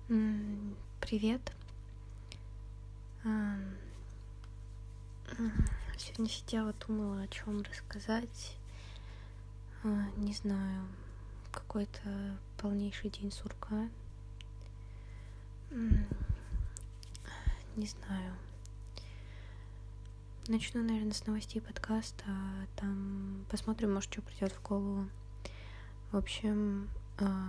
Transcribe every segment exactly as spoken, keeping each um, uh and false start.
М, Привет. Ам, м, Сегодня сидела, думала, о чем рассказать. А, Не знаю, какой-то полнейший день сурка. М, Не знаю. Начну, наверное, с новостей подкаста, а там посмотрим, может, что придет в голову. В общем, а,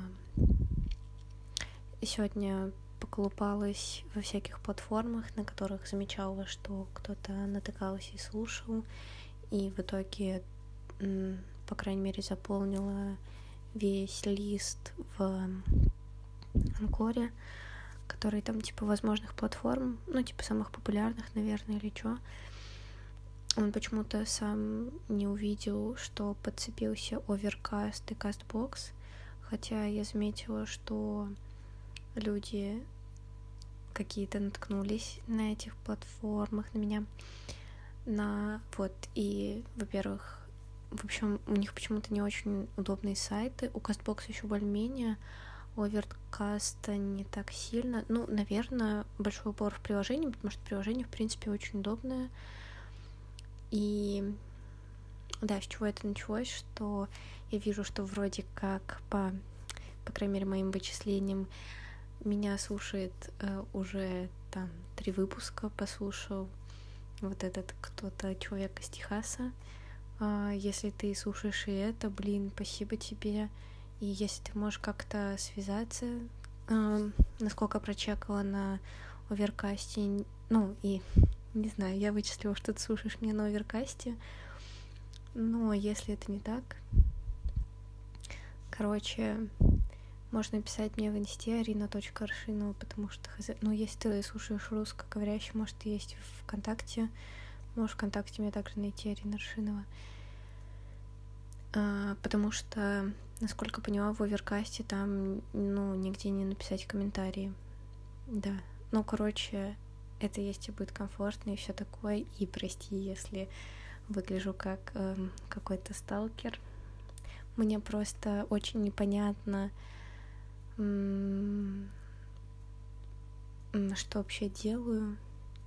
сегодня поколупалась во всяких платформах, на которых замечала, что кто-то натыкался и слушал, и в итоге, м, по крайней мере, заполнила весь лист в Анкоре, который там типа возможных платформ, ну типа самых популярных, наверное, или чё. Он почему-то сам не увидел, что подцепился Overcast и CastBox, хотя я заметила, что люди какие-то наткнулись на этих платформах на меня. На вот, и, во-первых, в общем, у них почему-то не очень удобные сайты. У CastBox еще более-менее, у Overcast не так сильно. Ну, наверное, большой упор в приложении, потому что приложение, в принципе, очень удобное. И да, с чего это началось, что я вижу, что вроде как, по, по крайней мере, моим вычислениям, меня слушает э, уже там три выпуска, послушал вот этот кто-то, человек из Техаса. А, если ты слушаешь и это, блин, спасибо тебе. И если ты можешь как-то связаться, а, насколько прочекала на Оверкасте, ну и не знаю, я вычислила, что ты слушаешь меня на Оверкасте, но если это не так, короче, можно писать мне в инсте арина точка аршинова, потому что, ну, если ты слушаешь русскоговорящий, может, есть в ВКонтакте, можешь в ВКонтакте меня также найти, Арина Аршинова. А, потому что, насколько поняла, в Оверкасте там, ну, нигде не написать комментарии. Да. Ну, короче, это если будет комфортно и все такое. И прости, если выгляжу как эм, какой-то сталкер. Мне просто очень непонятно, м- что вообще делаю.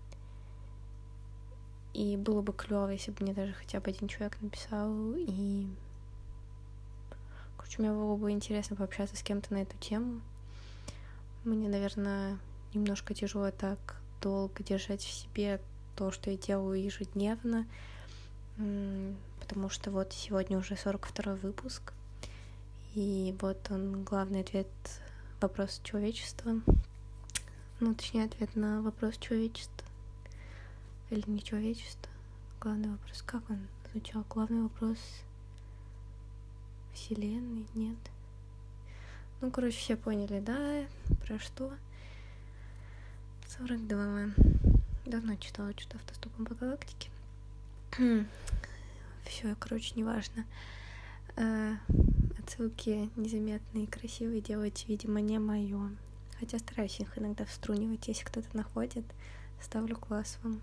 И было бы клево, если бы мне даже хотя бы один человек написал. И короче, мне было бы интересно пообщаться с кем-то на эту тему. Мне, наверное, немножко тяжело так долго держать в себе то, что я делаю ежедневно, потому что вот сегодня уже сорок второй выпуск, и вот он, главный ответ, вопрос человечества, ну, точнее, ответ на вопрос человечества, или не человечества, главный вопрос, как он звучал, главный вопрос Вселенной, нет? Ну, короче, все поняли, да, про что? сорок два. Давно читала что-то автостопом по галактике. Все, короче, неважно. Э, отсылки незаметные и красивые делать, видимо, не мое. Хотя стараюсь их иногда вструнивать, если кто-то находит. Ставлю класс вам.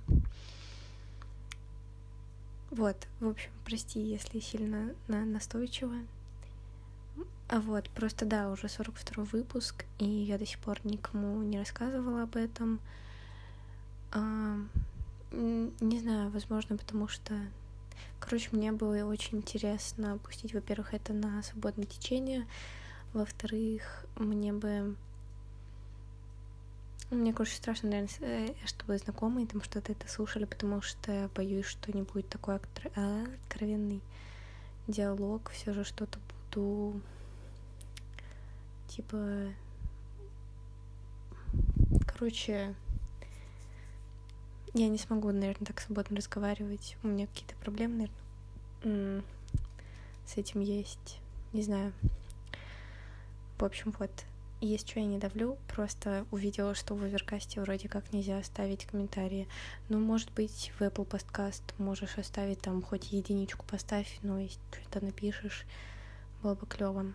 Вот, в общем, прости, если сильно на- настойчиво. А вот, просто да, уже сорок второй выпуск, и я до сих пор никому не рассказывала об этом. А, не знаю, возможно, потому что... Короче, мне было очень интересно пустить, во-первых, это на свободное течение, во-вторых, мне бы... Мне, короче, страшно, наверное, чтобы знакомые там что-то это слушали, потому что я боюсь, что не будет такой откровенный диалог, все же что-то буду типа... Короче, я не смогу, наверное, так свободно разговаривать. У меня какие-то проблемы, наверное, с этим есть. Не знаю. В общем, вот. Есть что я не давлю, просто увидела, что в Оверкасте вроде как нельзя оставить комментарии. Ну, может быть, в Apple Podcast можешь оставить там хоть единичку поставь, но если что-то напишешь, было бы клево.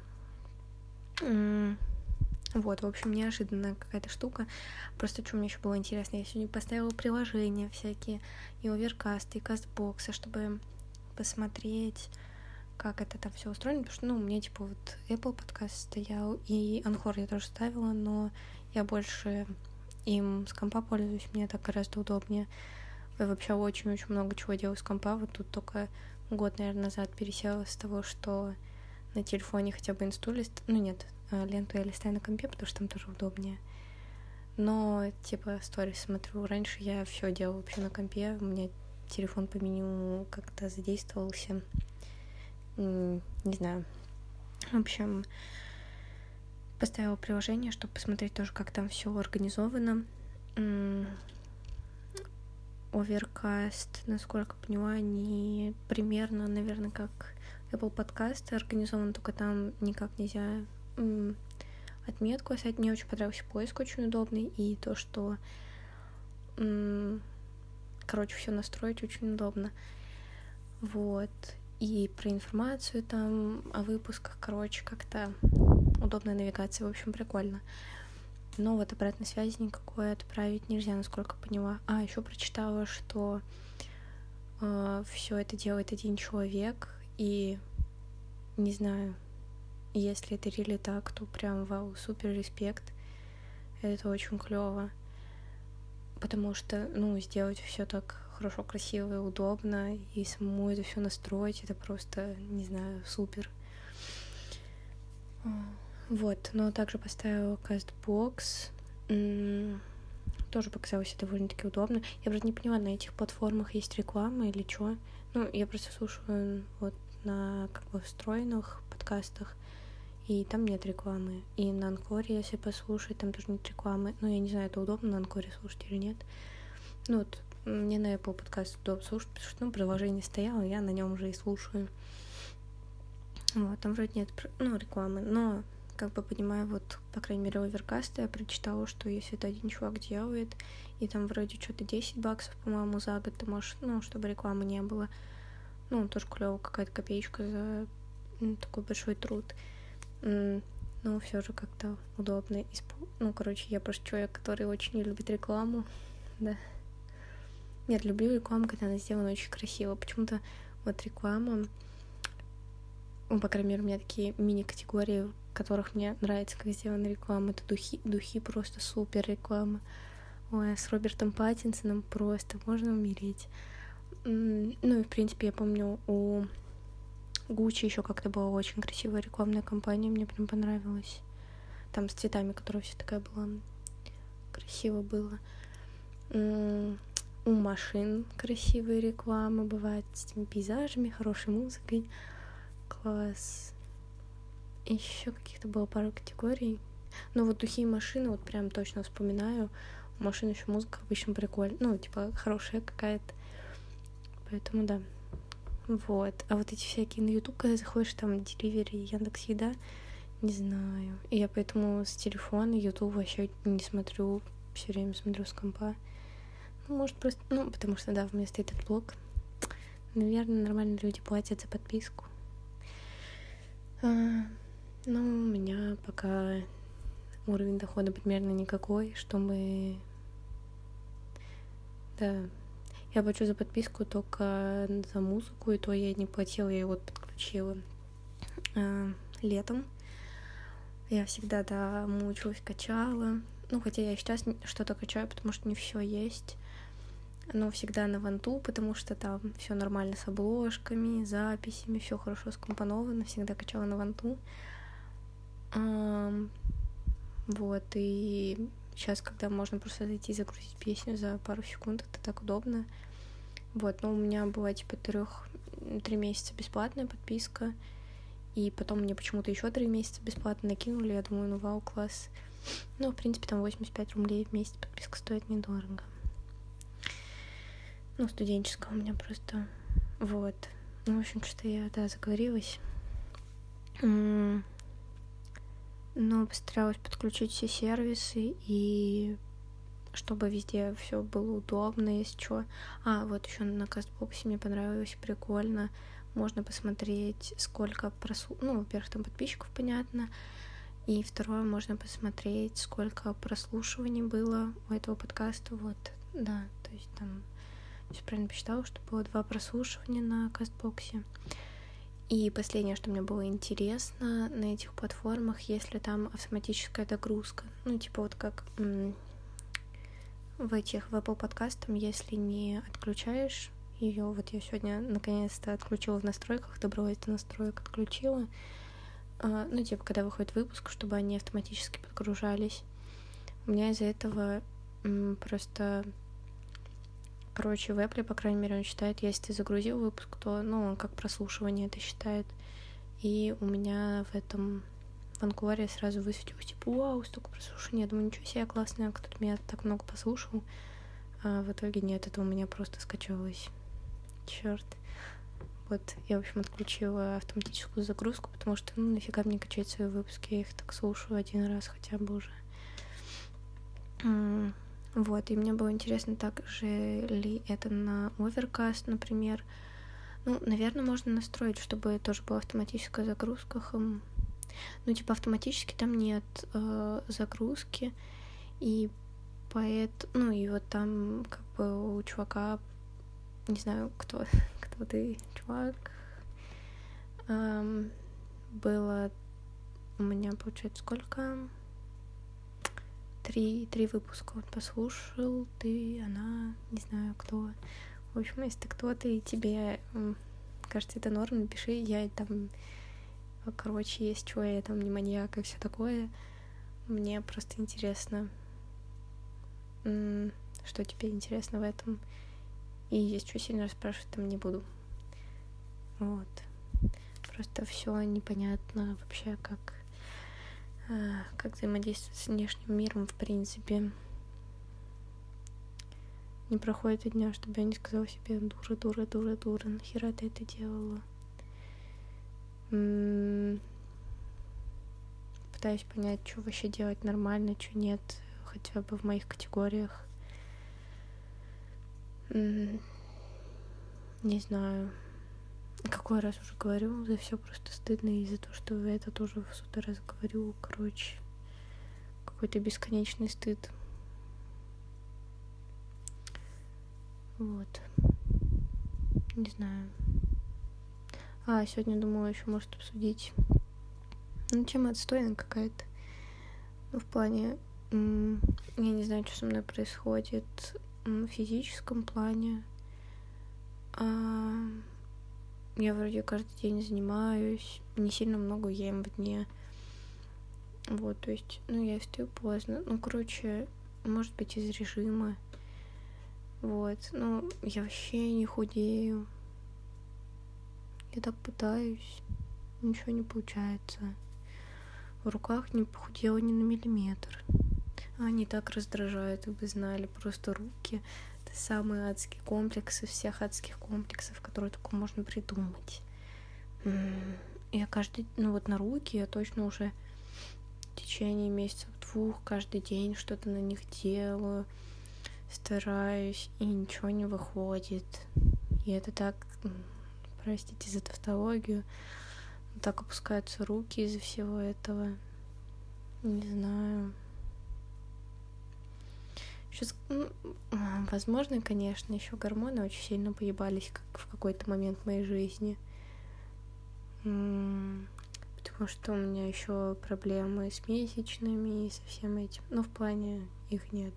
Вот, в общем, неожиданная какая-то штука. Просто что мне еще было интересно, я сегодня поставила приложения всякие, и Overcast, и CastBox, чтобы посмотреть, как это там все устроено, потому что, ну, у меня, типа, вот Apple подкаст стоял, и Anchor я тоже ставила, но я больше им с компа пользуюсь, мне так гораздо удобнее. Я вообще очень-очень много чего делаю с компа, вот тут только год, наверное, назад пересела с того, что на телефоне хотя бы инсту лист, ну, нет, ленту я листаю на компе, потому что там тоже удобнее. Но, типа, сторис смотрю. Раньше я все делала вообще на компе. У меня телефон по меню как-то задействовался. Не знаю. В общем, поставила приложение, чтобы посмотреть тоже, как там все организовано. Overcast, насколько поняла, не примерно, наверное, как Apple подкасты организован, только там никак нельзя отметку оставить. Мне очень понравился поиск, очень удобный, и то, что м- короче, все настроить очень удобно. Вот. И про информацию там о выпусках, короче, как-то удобная навигация, в общем, прикольно. Но вот обратной связи никакой отправить нельзя, насколько поняла. А, еще прочитала, что э, все это делает один человек, и не знаю, если это реально так, то прям вау, супер респект. Это очень клево. Потому что, ну, сделать все так хорошо, красиво и удобно, и самому это все настроить, это просто, не знаю, супер. Вот, но также поставила CastBox. М- тоже показалось довольно-таки удобно. Я просто не поняла, на этих платформах есть реклама или что. Ну, я просто слушаю вот на как бы встроенных подкастах, и там нет рекламы. И на Анкоре, если послушать, там тоже нет рекламы. Ну, я не знаю, это удобно на Анкоре слушать или нет. Ну, вот мне на Apple подкаст удобно слушать, потому что, ну, приложение стояло, я на нем уже и слушаю. Вот, там вроде нет, ну, рекламы, но, как бы понимаю, вот, по крайней мере, Overcast я прочитала, что если это один чувак делает, и там вроде что-то десять баксов, по-моему, за год ты можешь, ну, чтобы рекламы не было. Ну, тоже клево, какая-то копеечка за ну, такой большой труд. Но все же как-то удобно. Ну, короче, я просто человек, который очень не любит рекламу. Да. Нет, люблю рекламу, когда она сделана очень красиво. Почему-то вот реклама, ну, по крайней мере, у меня такие мини-категории, в которых мне нравится, как сделана реклама. Это духи, духи просто супер реклама. Ой, а с Робертом Паттинсоном просто можно умереть. Ну и, в принципе, я помню, у Гуччи еще как-то была очень красивая рекламная кампания, мне прям понравилась. Там с цветами, которая вся такая была. Красиво было. У машин красивые рекламы бывают с этими пейзажами, хорошей музыкой. Класс. Еще каких-то было пару категорий. Но вот духи и машины вот прям точно вспоминаю. У машин еще музыка обычно прикольная. Ну, типа, хорошая какая-то. Поэтому да. Вот. А вот эти всякие на YouTube, когда заходишь, там, Delivery, Яндекс.Еда, не знаю. И я поэтому с телефона YouTube вообще не смотрю, все время смотрю с компа. Ну, может, просто... Ну, потому что, да, у меня стоит этот блог. Наверное, нормальные люди платят за подписку. А, но у меня пока уровень дохода примерно никакой, что мы... Да... Я плачу за подписку только за музыку, и то я не платила, я ее вот подключила э, летом. Я всегда, да, мучилась, качала. Ну, хотя я сейчас что-то качаю, потому что не все есть. Но всегда на ванту, потому что там все нормально с обложками, записями, все хорошо скомпоновано, всегда качала на ванту. Э, вот, и сейчас, когда можно просто зайти и загрузить песню за пару секунд, это так удобно. Вот, но у меня была типа трех, три месяца бесплатная подписка, и потом мне почему-то еще три месяца бесплатно накинули, я думаю, ну вау, класс. Ну, в принципе, там восемьдесят пять рублей в месяц подписка стоит недорого. Ну, студенческая у меня просто, вот. Ну, в общем, что я, да, заговорилась. Но постаралась подключить все сервисы, и чтобы везде все было удобно, если что. А, вот еще на CastBox мне понравилось, прикольно. Можно посмотреть, сколько прослушиваний. Ну, во-первых, там подписчиков, понятно. И второе, можно посмотреть, сколько прослушиваний было у этого подкаста. Вот, да, то есть там все правильно посчитала, что было два прослушивания на CastBox. И последнее, что мне было интересно на этих платформах, если там автоматическая догрузка. Ну, типа вот как м- в этих, в Apple подкастах, если не отключаешь ее, вот я сегодня наконец-то отключила в настройках, добралась до настроек, отключила. А, ну, типа, когда выходит выпуск, чтобы они автоматически подгружались. У меня из-за этого м- просто... Короче, в Apple, по крайней мере, он считает, если ты загрузил выпуск, то, ну, он как прослушивание это считает. И у меня в этом в Анкоре сразу высветилось, типа, вау, столько прослушивания. Я думаю, ничего себе, классно, кто-то меня так много послушал. А в итоге нет, это у меня просто скачалось. Черт. Вот, я, в общем, отключила автоматическую загрузку, потому что, ну, нафига мне качать свои выпуски, я их так слушаю один раз хотя бы уже. Вот, и мне было интересно, так же ли это на Overcast, например. Ну, наверное, можно настроить, чтобы тоже была автоматическая загрузка. Хм. Ну, типа, автоматически там нет э, загрузки, и поэтому, ну, и вот там, как бы, у чувака, не знаю, кто, кто ты, чувак, эм, было у меня, получается, сколько... Три, три выпуска он послушал, ты, она, не знаю, кто. В общем, если ты кто-то, и тебе кажется, это норм, напиши, я там, короче, есть что, я там не маньяк и все такое. Мне просто интересно, что тебе интересно в этом. И если что, сильно расспрашивать там не буду. Вот. Просто все непонятно вообще, как... как взаимодействовать с внешним миром, в принципе. Не проходит и дня, чтобы я не сказала себе: дура, дура, дура, дура, нахера ты это делала? М-м- Пытаюсь понять, что вообще делать нормально, что нет, хотя бы в моих категориях. М- Не знаю. Какой раз уже говорю, за все просто стыдно, и за то, что это тоже в сотый раз говорю. Короче, какой-то бесконечный стыд. Вот. Не знаю. А, сегодня думала еще, может, обсудить. Ну, тема отстойная какая-то. Ну, в плане... М- я не знаю, что со мной происходит м- в физическом плане. А- я вроде каждый день занимаюсь. Не сильно много ем в дне. Вот, то есть... Ну, я встаю поздно. Ну, короче, может быть, из режима. Вот. Ну, я вообще не худею. Я так пытаюсь. Ничего не получается. В руках не похудела ни на миллиметр. Они так раздражают, вы бы знали. Просто руки — это самые адские комплексы всех адских комплексов, которые только можно придумать. Я каждый... Ну вот на руки я точно уже в течение месяцев двух каждый день что-то на них делаю. Стараюсь, и ничего не выходит. И это так... Простите за тавтологию. Так опускаются руки из-за всего этого. Не знаю. Сейчас, ну, возможно, конечно, еще гормоны очень сильно поебались как в какой-то момент моей жизни. Потому что у меня еще проблемы с месячными и со всем этим. Ну, в плане их нет.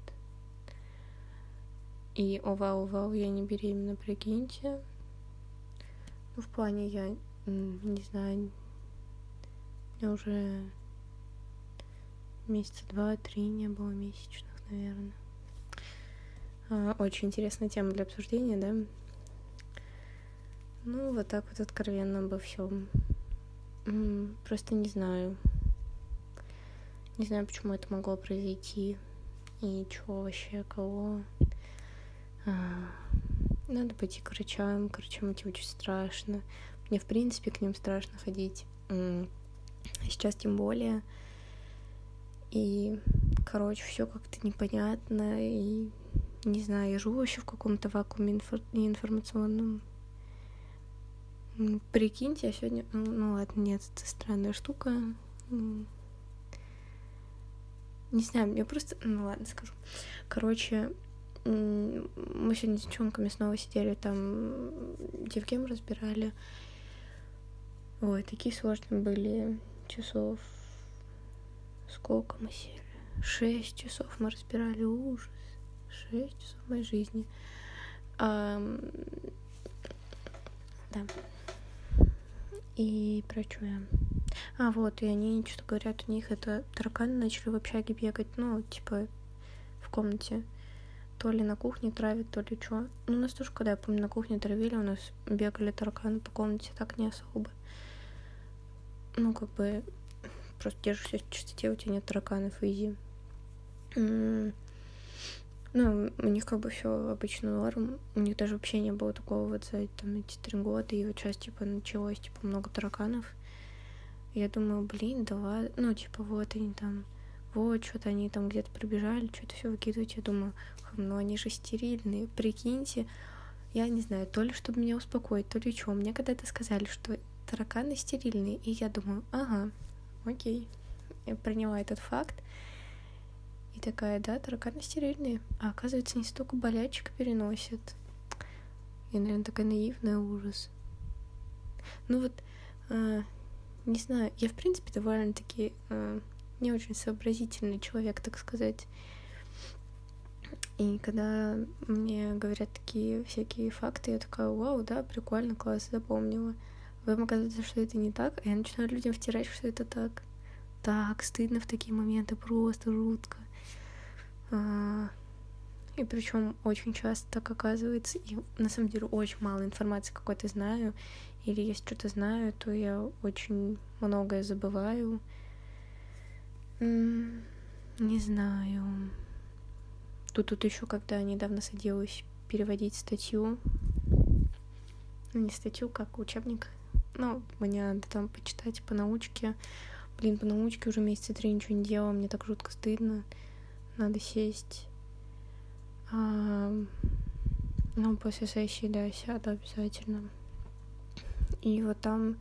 И овал-овал, я не беременна, прикиньте. Ну, в плане я, не знаю, мне уже месяца два-три не было месячных, наверное. Очень интересная тема для обсуждения, да? Ну, вот так вот откровенно обо всем. Просто не знаю. Не знаю, почему это могло произойти. И чего вообще, кого. Надо пойти к врачам. К врачам идти очень страшно. Мне, в принципе, к ним страшно ходить. Сейчас тем более. И, короче, все как-то непонятно. И, не знаю, я живу вообще в каком-то вакууме инфор- информационном. Прикиньте, я сегодня... Ну ладно, нет, это странная штука. Не знаю, мне просто... Ну ладно, скажу. Короче, мы сегодня с девчонками снова сидели там, девгем разбирали. Ой, такие сложные были часов. Сколько мы сели? Шесть часов мы разбирали, ужас. Шесть часов моей жизни. А, да. И про что я? А, вот, и они что-то говорят, у них это тараканы начали в общаге бегать, ну, типа, в комнате. То ли на кухне травят, то ли что. Ну, у нас тоже, когда я помню, на кухне травили, у нас бегали тараканы по комнате, так не особо. Ну, как бы, просто держишься в чистоте, у тебя нет тараканов, изи. Ну, у них как бы все обычно норм. У них даже вообще не было такого вот за там, эти три года. И вот сейчас, типа, началось, типа, много тараканов. Я думаю, блин, давай. Ну, типа, вот они там, вот, что-то они там где-то пробежали, что-то все выкидывают. Я думаю, ну, они же стерильные, прикиньте. Я не знаю, то ли чтобы меня успокоить, то ли что. Мне когда-то сказали, что тараканы стерильные. И я думаю, ага, окей. Я приняла этот факт. И такая, да, тараканы стерильные. А оказывается, не столько болячек переносят. Я, наверное, такая наивная, ужас. Ну вот, э, не знаю, я, в принципе, довольно-таки э, не очень сообразительный человек, так сказать. И когда мне говорят такие всякие факты, я такая, вау, да, прикольно, класс, запомнила. Вам оказывается, что это не так, а я начинаю людям втирать, что это так. Так, стыдно в такие моменты, просто жутко. А, и причем очень часто так оказывается. И на самом деле очень мало информации какой-то знаю. Или если что-то знаю, то я очень многое забываю. М-м, не знаю. Тут, тут еще когда недавно садилась переводить статью. Ну, не статью, как учебник. Ну, мне надо там почитать по научке. Блин, по научке уже месяца три ничего не делала, мне так жутко стыдно. Надо сесть. А, ну, после сессии, да, сяду обязательно. И вот там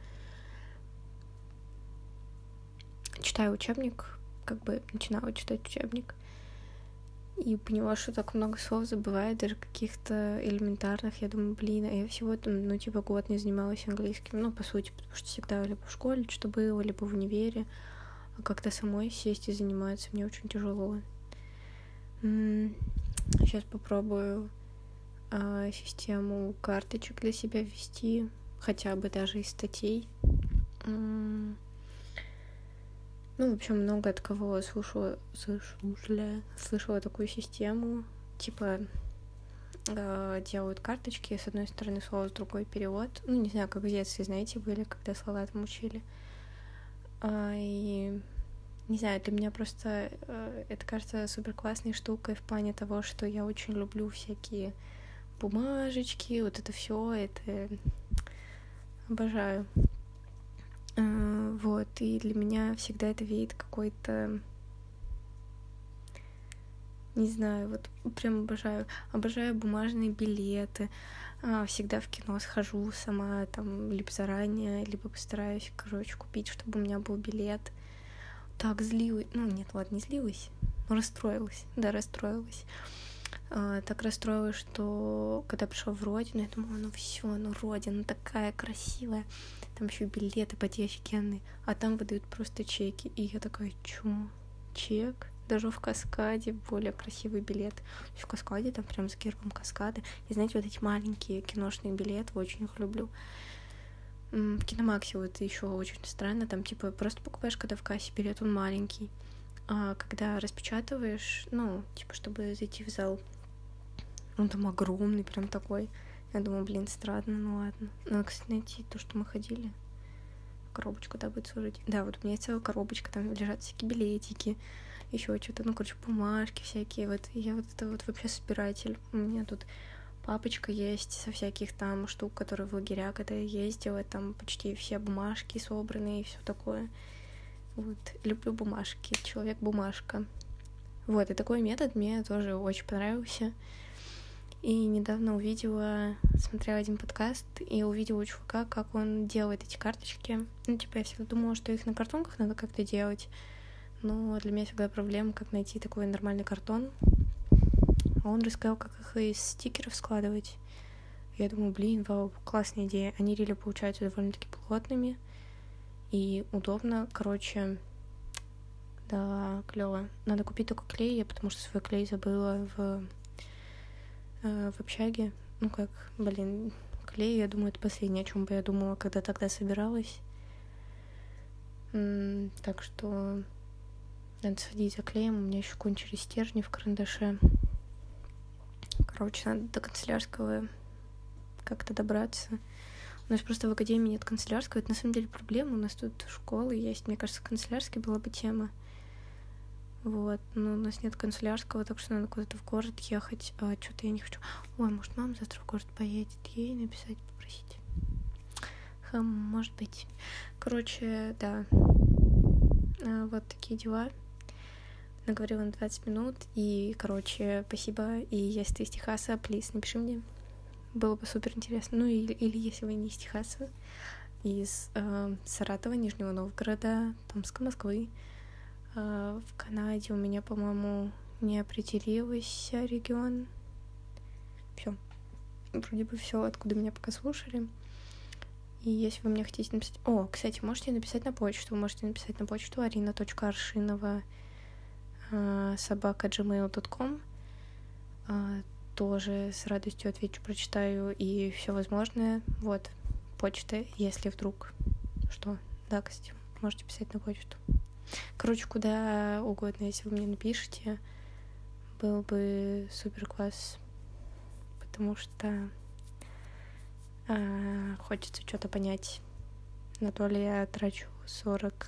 читаю учебник, как бы начинала читать учебник. И поняла, что так много слов забываю, даже каких-то элементарных. Я думаю, блин, а я всего там, ну, типа, год не занималась английским. Ну, по сути, потому что всегда либо в школе что-то было, либо в универе. А как-то самой сесть и заниматься мне очень тяжело. М-м- сейчас попробую а, систему карточек для себя ввести, хотя бы даже из статей. М-м- Ну, в общем, много от кого слушала, слушала, слышала такую систему. Типа, э, делают карточки, с одной стороны слово, с другой перевод. Ну, не знаю, как в детстве, знаете, были, когда слова там учили. А, и, не знаю, для меня просто э, это кажется супер классной штукой в плане того, что я очень люблю всякие бумажечки, вот это все, это обожаю. Uh, вот, и для меня всегда это веет какой-то, не знаю, вот прям обожаю, обожаю бумажные билеты, uh, всегда в кино схожу сама, там, либо заранее, либо постараюсь, короче, купить, чтобы у меня был билет. Так, злилась, ну, нет, ладно, не злилась, но расстроилась, да, расстроилась. Uh, так расстроилась, что когда пришла в Родину, я думала, ну все, ну Родина такая красивая, там еще билеты поди офигенные, а там выдают просто чеки, и я такая, чё, чек? Даже в Каскаде более красивый билет. В Каскаде там прям с гербом Каскады, и знаете, вот эти маленькие киношные билеты, очень их люблю. В Киномаксе вот еще очень странно, там типа просто покупаешь, когда в кассе билет, он маленький, а когда распечатываешь, ну, типа, чтобы зайти в зал, он там огромный, прям такой. Я думаю, блин, странно, ну ладно. Надо, кстати, найти то, что мы ходили. Коробочку, да, будет служить. Да, вот у меня есть целая коробочка, там лежат всякие билетики, еще что-то, ну, короче, бумажки всякие. Вот я вот это вот вообще собиратель. У меня тут папочка есть со всяких там штук, которые в лагеря, когда я ездила, там почти все бумажки собраны и все такое. Вот, люблю бумажки, человек-бумажка. Вот, и такой метод мне тоже очень понравился. И недавно увидела, смотрела один подкаст, и увидела у чувака, как он делает эти карточки. Ну, типа, я всегда думала, что их на картонках надо как-то делать. Но для меня всегда проблема, как найти такой нормальный картон. А он рассказал, как их из стикеров складывать. Я думаю, блин, вау, классная идея. Они рели получаются довольно-таки плотными. и удобно. Короче, да, клево. Надо купить только клей, я потому что свой клей забыла в, э, в общаге. Ну как, блин, клей, я думаю, это последнее, о чем бы я думала, когда тогда собиралась. М, так что надо сходить за клеем. У меня еще кончились стержни в карандаше. Короче, надо до канцелярского как-то добраться. У нас просто в академии нет канцелярского. Это на самом деле проблема. У нас тут школы есть. Мне кажется, канцелярский была бы тема. Вот. Но у нас нет канцелярского, так что надо куда-то в город ехать. А, что-то я не хочу. Ой, может, мама завтра в город поедет. Ей написать, попросить. Хм, может быть. Короче, да. А, вот такие дела. Наговорила на двадцать минут. И, короче, спасибо. И если ты из Техаса, плиз, напиши мне. Было бы супер интересно. Ну, или, или если вы не из Техаса, из э, Саратова, Нижнего Новгорода, Томска, Москвы. Э, в Канаде у меня, по-моему, не определился регион. Все. Вроде бы все, откуда меня пока слушали. И если вы мне хотите написать... О, кстати, можете написать на почту. Вы можете написать на почту арина точка аршинова собака джимейл точка ком. Тоже с радостью отвечу, прочитаю и все возможное. Вот, почта, если вдруг что. Да, кстати, можете писать на почту. Короче, куда угодно, если вы мне напишите, был бы супер класс. Потому что а, хочется что-то понять. На то ли я трачу сорок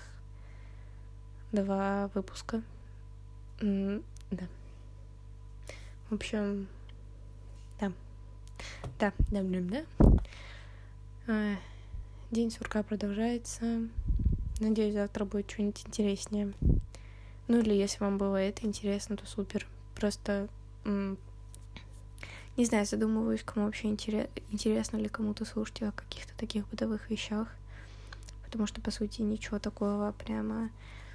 два выпуска. М- да. В общем... Да. Да, да, да, да. А, день сурка продолжается. Надеюсь, завтра будет что-нибудь интереснее. Ну или если вам было это интересно, то супер. Просто м- не знаю, задумываюсь, кому вообще интерес- интересно ли кому-то слушать о каких-то таких бытовых вещах. Потому что, по сути, ничего такого прямо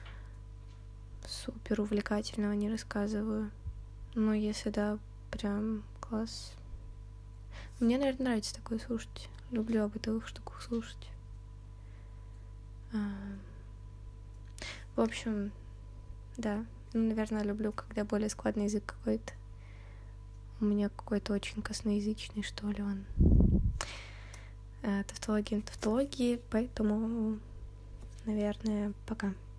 супер увлекательного не рассказываю. Но если да, прям класс. Мне, наверное, нравится такое слушать. Люблю о бытовых штуках слушать. А... В общем, да. Ну, наверное, люблю, когда более складный язык какой-то. У меня какой-то очень косноязычный, что ли, он. А, тавтология на тавтологии, поэтому, наверное, пока.